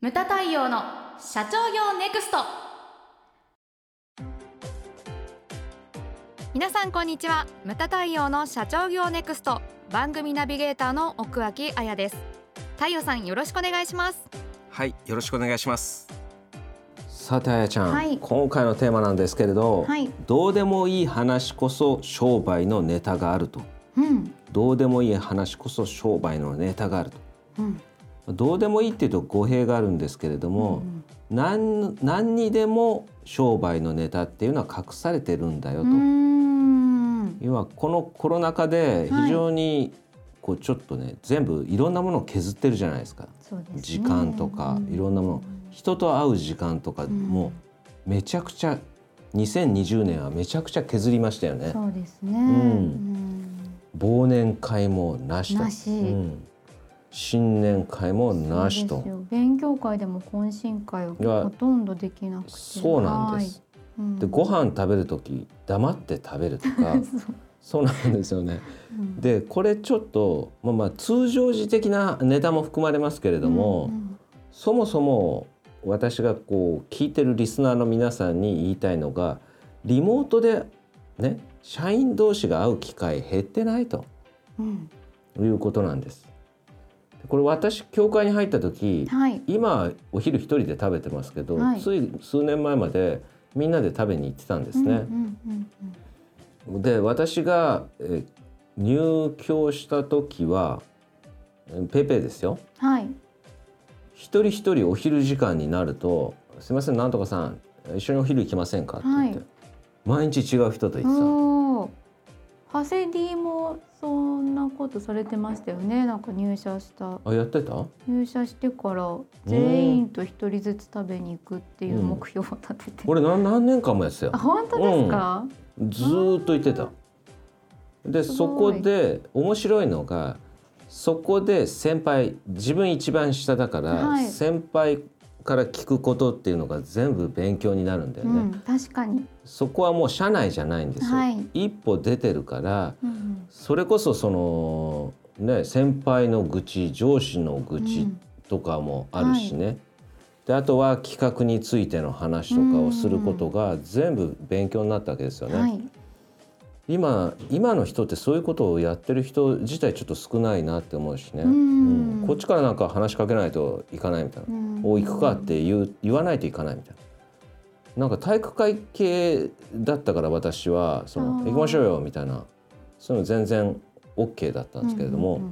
ムタ太陽の社長業ネクスト。皆さんこんにちは。ムタ太陽の社長業ネクスト番組ナビゲーターの奥脇彩です。太陽さん、よろしくお願いします。 はい、よろしくお願いします。さて、彩ちゃん、 はい、 今回のテーマなんですけれど、 はい、 どうでもいい話こそ商売のネタがあると、どうでもいい話こそ商売のネタがあると、どうでもいいっていうと語弊があるんですけれども、何にでも商売のネタっていうのは隠されてるんだよと。今このコロナ禍で非常にこうちょっとね、全部いろんなものを削ってるじゃないですか。 そうですね、 時間とかいろんなもの、人と会う時間とかもめちゃくちゃ2020年はめちゃくちゃ削りましたよね。 そうですね、 忘年会もなしと、新年会もなしと。 勉強会でも懇親会はほとんどできなくて。 そうなんです、でご飯食べるとき黙って食べるとかそうなんですよね、でこれちょっと、通常時的なネタも含まれますけれども、そもそも私がこう聞いてるリスナーの皆さんに言いたいのが、リモートでね、社員同士が会う機会減ってないと、いうことなんです。これ私教会に入った時、今お昼一人で食べてますけど、つい数年前までみんなで食べに行ってたんですね。で私が入居した時はペイペイですよ、一人一人お昼時間になると、すいませんなんとかさん一緒にお昼行きませんかって言って、毎日違う人と行ってた。 ハセディもそんなことされてましたよね。なんか入社したやってた？ 入社してから全員と一人ずつ食べに行くっていう目標を立てて、 これ何年間もやってたよ。 本当ですか？ ずーっと言ってた。でそこで面白いのが、そこで先輩、自分一番下だから、先輩から聞くことっていうのが全部勉強になるんだよね。 確かにそこはもう社内じゃないんですよ、一歩出てるから、それこそそのね、先輩の愚痴、上司の愚痴とかもあるしね、であとは企画についての話とかをすることが全部勉強になったわけですよね。今の人ってそういうことをやってる人自体ちょっと少ないなって思うしね、こっちからなんか話しかけないといかないみたいな、行くかって言わないといかないみたいな、なんか体育会系だったから私は行きましょうよみたいな、そういうの全然 OK だったんですけれども、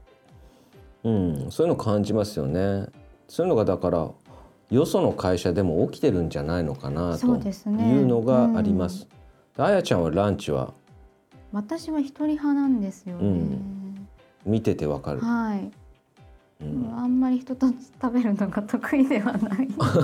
そういうの感じますよね。そういうのがだからよその会社でも起きてるんじゃないのかなというのがあります。あやちゃんはランチは？ 私は一人派なんですよね、 見ててわかる。 あんまり人と食べるのが得意ではない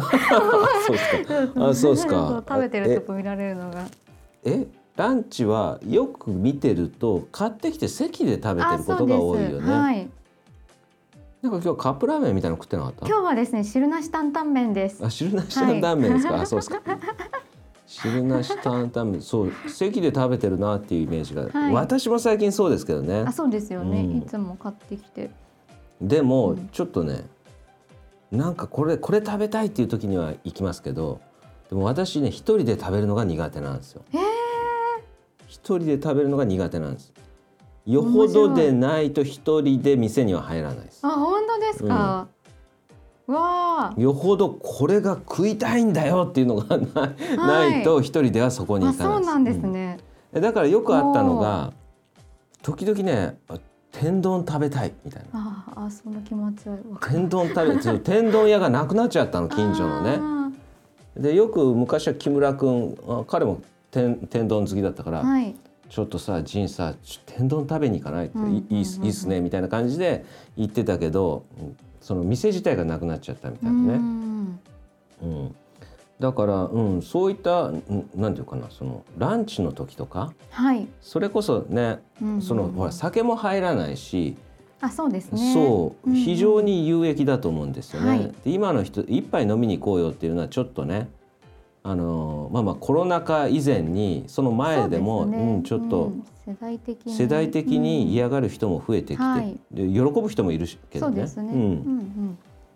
そうですか。 食べてるとこ見られるのが。 ランチはよく見てると買ってきて席で食べてることが多いよね。なんか今日カップラーメンみたいなの食ってなかった？ 今日はですね、汁なし担々麺です。 汁なし担々麺ですか？そうですか。汁なし担々麺、そう、席で食べてるなっていうイメージが、私も最近そうですけどね。 そうですよね、いつも買ってきて。 でも、ちょっとね、なんかこれ食べたいっていう時には行きますけど、でも私ね、一人で食べるのが苦手なんですよ。一人で食べるのが苦手なんです。よほどでないと一人で店には入らないです。 本当ですか？ よほどこれが食いたいんだよっていうのがないと一人ではそこに行かないです。 そうなんですね。 だからよくあったのが、時々ね、天丼食べたいみたいな。 その気持ちは天丼天丼屋がなくなっちゃったの、近所のね。でよく昔は木村君、彼も天丼好きだったから、ちょっとさ仁さ、天丼食べに行かないって、いいっすねみたいな感じで言ってたけど、その店自体がなくなっちゃったみたいなね。だから、そういったなんていうかな、そのランチの時とか、それこそね、ほら酒も入らないし、 そうですね。 そう非常に有益だと思うんですよね。で今の人一杯飲みに行こうよっていうのはちょっとね、コロナ禍以前にその前でもちょっと世代的に嫌がる人も増えてきて、で喜ぶ人もいるけどね。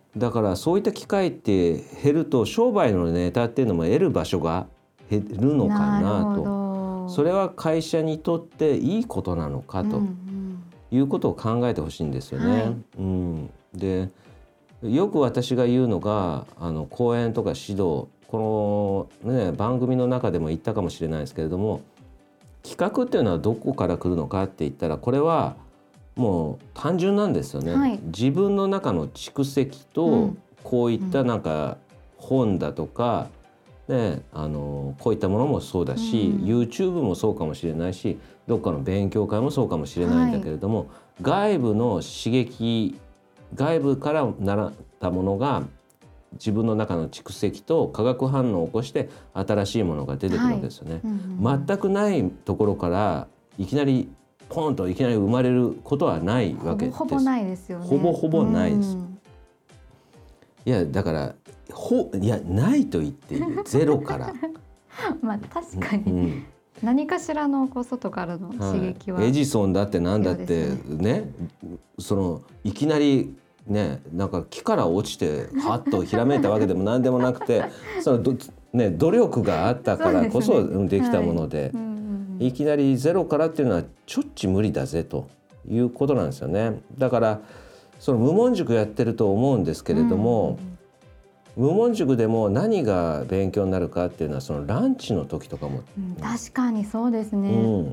だからそういった機会って減ると商売のネタっていうのも得る場所が減るのかなと。それは会社にとっていいことなのかということを考えてほしいんですよね。でよく私が言うのが講演とか指導、この、ね、番組の中でも言ったかもしれないですけれども、企画っていうのはどこから来るのかって言ったら、これはもう単純なんですよね。自分の中の蓄積と、こういったなんか本だとか、ね、こういったものもそうだし、YouTube もそうかもしれないし、どっかの勉強会もそうかもしれないんだけれども、外部の刺激、外部から習ったものが自分の中の蓄積と化学反応を起こして新しいものが出てくるわけですよね。全くないところからいきなりポンといきなり生まれることはないわけです。 ほぼほぼないですよね。 ほぼほぼないです。いやだからいやないと言っている、ゼロからまあ確かに、何かしらの外からの刺激は、 エジソンだってなんだってね、いきなりね、なんか木から落ちてハッとひらめいたわけでも何でもなくて努力があったからこそできたもので、いきなりゼロからっていうのはちょっち無理だぜということなんですよね。だから無門塾やってると思うんですけれども、無門塾でも何が勉強になるかっていうのはランチの時とかも、 確かにそうですね。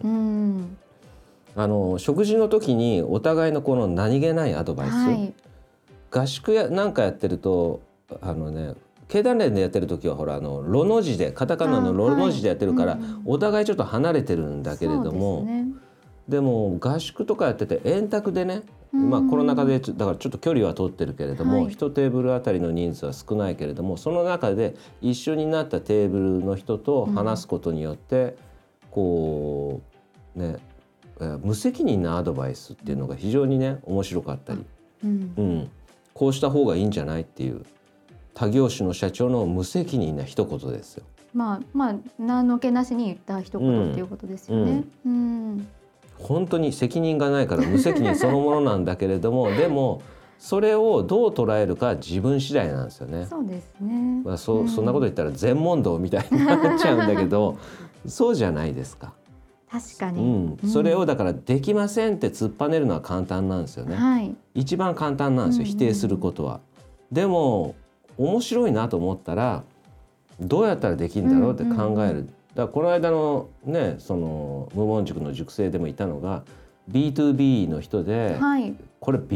食事の時にお互いのこの何気ないアドバイス、合宿なんかやってると経団連でやってる時はほらロの字でカタカナのロの字でやってるから、お互いちょっと離れてるんだけれども、でも合宿とかやってて円卓でね、コロナ禍でだからちょっと距離は取ってるけれども、1テーブルあたりの人数は少ないけれども、その中で一緒になったテーブルの人と話すことによって、こうね、無責任なアドバイスっていうのが非常にね面白かったり、こうした方がいいんじゃないっていう他業種の社長の無責任な一言ですよ。まあ何の気なしに言った一言っていうことですよね。 本当に責任がないから無責任そのものなんだけれどもでもそれをどう捉えるか自分次第なんですよね。 そうですね。 そんなこと言ったら全問答みたいになっちゃうんだけどそうじゃないですか。 確かに、 それをだからできませんって突っぱねるのは簡単なんですよね。一番簡単なんですよ、否定することは。でも面白いなと思ったらどうやったらできるんだろうって考える。だからこの間のね無門塾の塾生でもいたのが B2B の人で、これ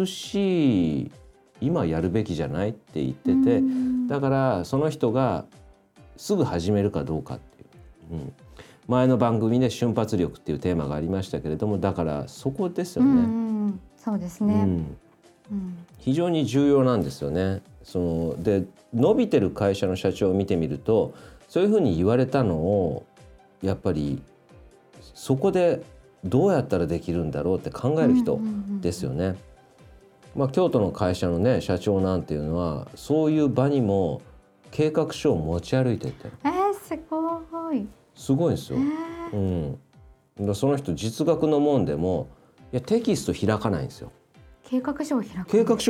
B2C 今やるべきじゃないって言ってて、だからその人がすぐ始めるかどうかっていう、前の番組で瞬発力っていうテーマがありましたけれども、だからそこですよね。 そうですね、 非常に重要なんですよね。で伸びてる会社の社長を見てみるとそういうふうに言われたのをやっぱりそこでどうやったらできるんだろうって考える人ですよね。京都の会社のね社長なんていうのはそういう場にも計画書を持ち歩いてて、すごいですよ。その人実学の門でもテキスト開かないんですよ。 計画書を開く。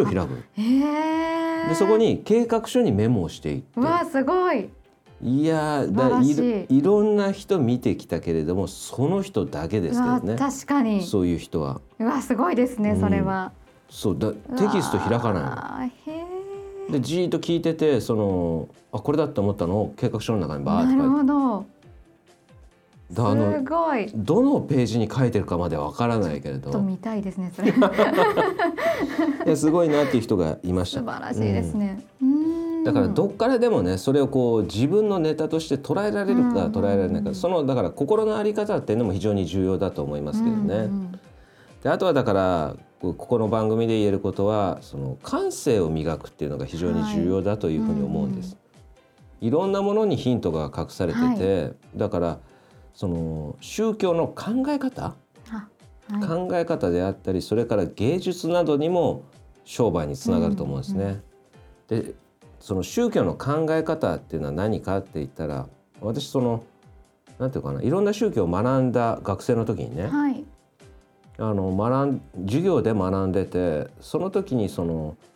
でそこに計画書にメモをしていって、 すごい。 いやいろんな人見てきたけれどもその人だけですけどね。 確かにそういう人はすごいですね、それは。 テキスト開かないのでじーっと聞いててこれだって思ったのを計画書の中にバーッと書いて。 なるほど。すごい。 どのページに書いてるかまではわからないけれど、ちょっと見たいですねそれ。 すごいなっていう人がいました。 素晴らしいですね。 だからどっからでもねそれをこう自分のネタとして捉えられるか捉えられないか、だから心の在り方っていうのも非常に重要だと思いますけどね。であとはだからここの番組で言えることは感性を磨くっていうのが非常に重要だというふうに思うんです。いろんなものにヒントが隠されてて、だから宗教の考え方、考え方であったりそれから芸術などにも商売につながると思うんですね。で宗教の考え方っていうのは何かって言ったら、私なんていうかな、いろんな宗教を学んだ学生の時にね、授業で学んでてその時に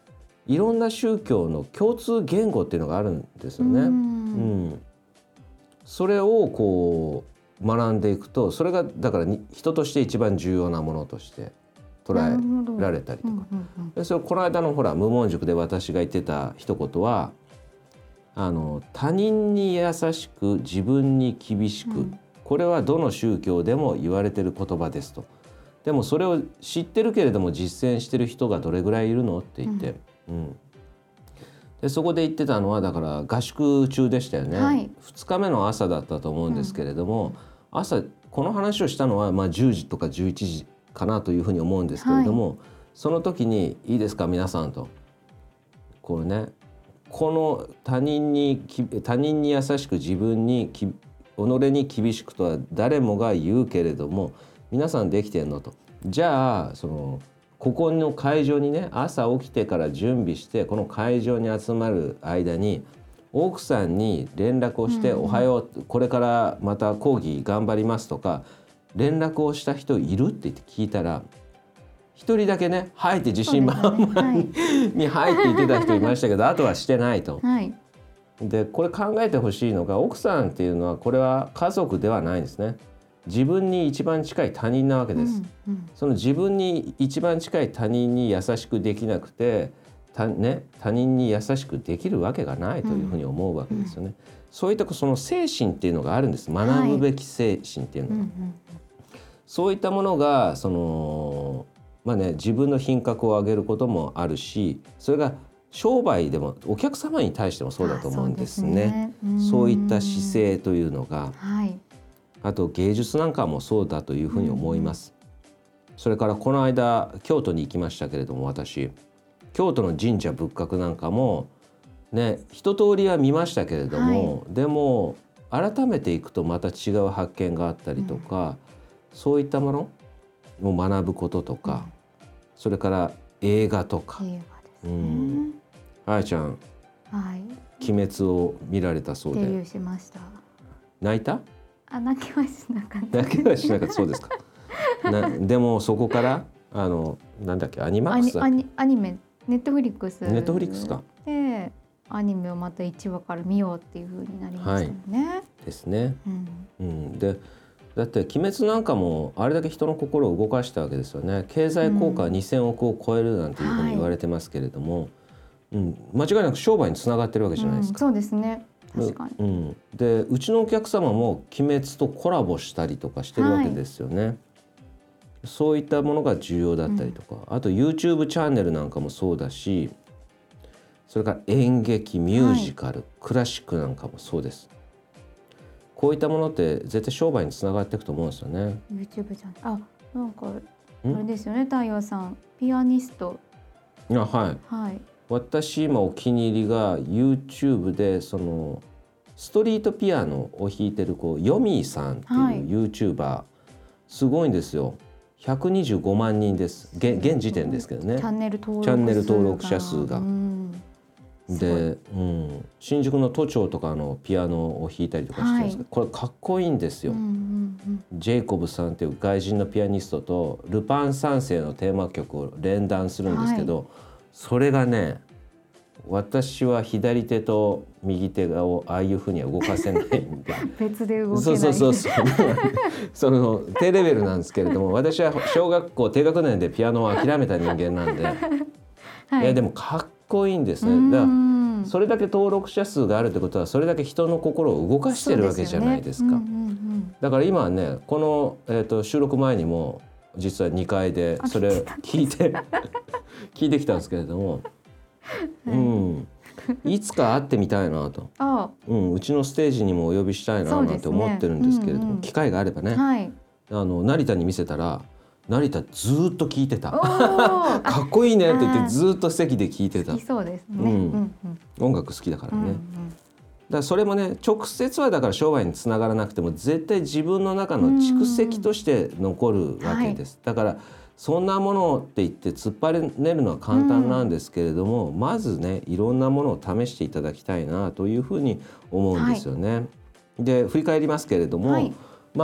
いろんな宗教の共通言語っていうのがあるんですよね。それをこう学んでいくと、それがだから人として一番重要なものとして捉えられたりとか、でそれこの間のほら無門塾で私が言ってた一言は、他人に優しく自分に厳しく、これはどの宗教でも言われてる言葉ですと。でもそれを知ってるけれども実践してる人がどれぐらいいるのって言って、でそこで言ってたのは、だから合宿中でしたよね、2日目の朝だったと思うんですけれども、朝この話をしたのは10時とか11時かなというふうに思うんですけれども、その時にいいですか皆さんと、こうね、この他人に優しく自分に己に厳しくとは誰もが言うけれども、皆さんできてんのと。じゃあここの会場にね、朝起きてから準備してこの会場に集まる間に奥さんに連絡をして「おはよう、これからまた講義頑張ります」とか連絡をした人いるって言って聞いたら、一人だけね「はい」って自信満々に「はい」って言ってた人いましたけど、あとはしてないと。でこれ考えてほしいのが、奥さんっていうのはこれは家族ではないんですね。自分に一番近い他人なわけです。その自分に一番近い他人に優しくできなくて他人に優しくできるわけがないというふうに思うわけですよね。そういったその精神っていうのがあるんです。学ぶべき精神っていうのが、そういったものが自分の品格を上げることもあるし、それが商売でもお客様に対してもそうだと思うんですね。そういった姿勢というのが、あと芸術なんかもそうだというふうに思います。それからこの間京都に行きましたけれども、私京都の神社仏閣なんかもね、一通りは見ましたけれども、でも改めていくとまた違う発見があったりとか、そういったものを学ぶこととか、それから映画とか、あやちゃん、鬼滅を見られたそうで、 デビューしました。 泣いた？ 泣きはしなかった。 泣きはしなかった。そうですか。でもそこからなんだっけ、アニマックスだっけ？ アニメネットフリックスかでアニメをまた1話から見ようっていう風になりましたよね。 ですね。でだって鬼滅なんかもあれだけ人の心を動かしたわけですよね。経済効果は2000億を超えるなんていうふうに言われてますけれども、間違いなく商売につながってるわけじゃないですか。 そうですね。確かに。 でうちのお客様も鬼滅とコラボしたりとかしてるわけですよね。そういったものが重要だったりとか、あと YouTube チャンネルなんかもそうだし、それから演劇、ミュージカル、クラシックなんかもそうです。こういったものって絶対商売につながっていくと思うんですよね。 YouTube チャンネル、なんかあれですよね、太陽さんピアニスト。私今お気に入りが YouTube でそのストリートピアノを弾いてるヨミーさんっていう YouTuber、すごいんですよ。125万人です。現時点ですけどね。チャンネル登録者数が。で、新宿の都庁とかのピアノを弾いたりとかしてるんですけど、これかっこいいんですよ。ジェイコブさんっていう外人のピアニストとルパン三世のテーマ曲を連弾するんですけど、それがね、私は左手と右手をああいうふうには動かせないんで別で動けない。 その低レベルなんですけれども、私は小学校低学年でピアノを諦めた人間なんで、いやでもかっこいいんですね。だからそれだけ登録者数があるってことは、それだけ人の心を動かしてるわけじゃないですか。だから今はね、この、収録前にも実は2階でそれ聞いてきたんですけれども、いつか会ってみたいなと、うちのステージにもお呼びしたいななんて思ってるんですけれども、機会があればね、成田に見せたら、成田ずっと聞いてたかっこいいねって言ってずっと席で聞いてた。 好きそうですね。 音楽好きだからね。だからそれもね、直接はだから商売につながらなくても絶対自分の中の蓄積として残るわけです。だからそんなものって言って突っ張れるのは簡単なんですけれども、まずね、いろんなものを試していただきたいなというふうに思うんですよね。で振り返りますけれども、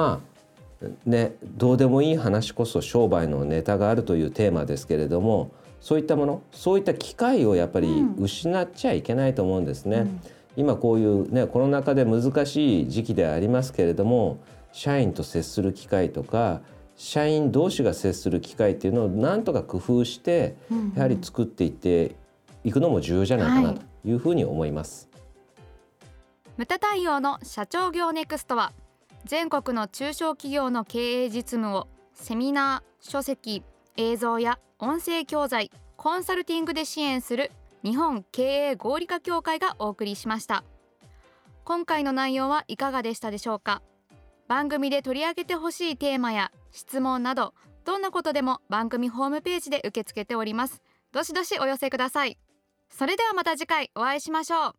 どうでもいい話こそ商売のネタがあるというテーマですけれども、 そういったもの、そういった機会をやっぱり失っちゃいけないと思うんですね。今こういうね、コロナ禍で難しい時期ではありますけれども、社員と接する機会とか社員同士が接する機会っていうのをなんとか工夫してやはり作っていっていくのも重要じゃないかなというふうに思います。 ムタ太陽の社長業ネクストは、全国の中小企業の経営実務をセミナー、書籍、映像や音声教材、コンサルティングで支援する日本経営合理化協会がお送りしました。今回の内容はいかがでしたでしょうか。番組で取り上げてほしいテーマや質問など、どんなことでも番組ホームページで受け付けております。どしどしお寄せください。それではまた次回お会いしましょう。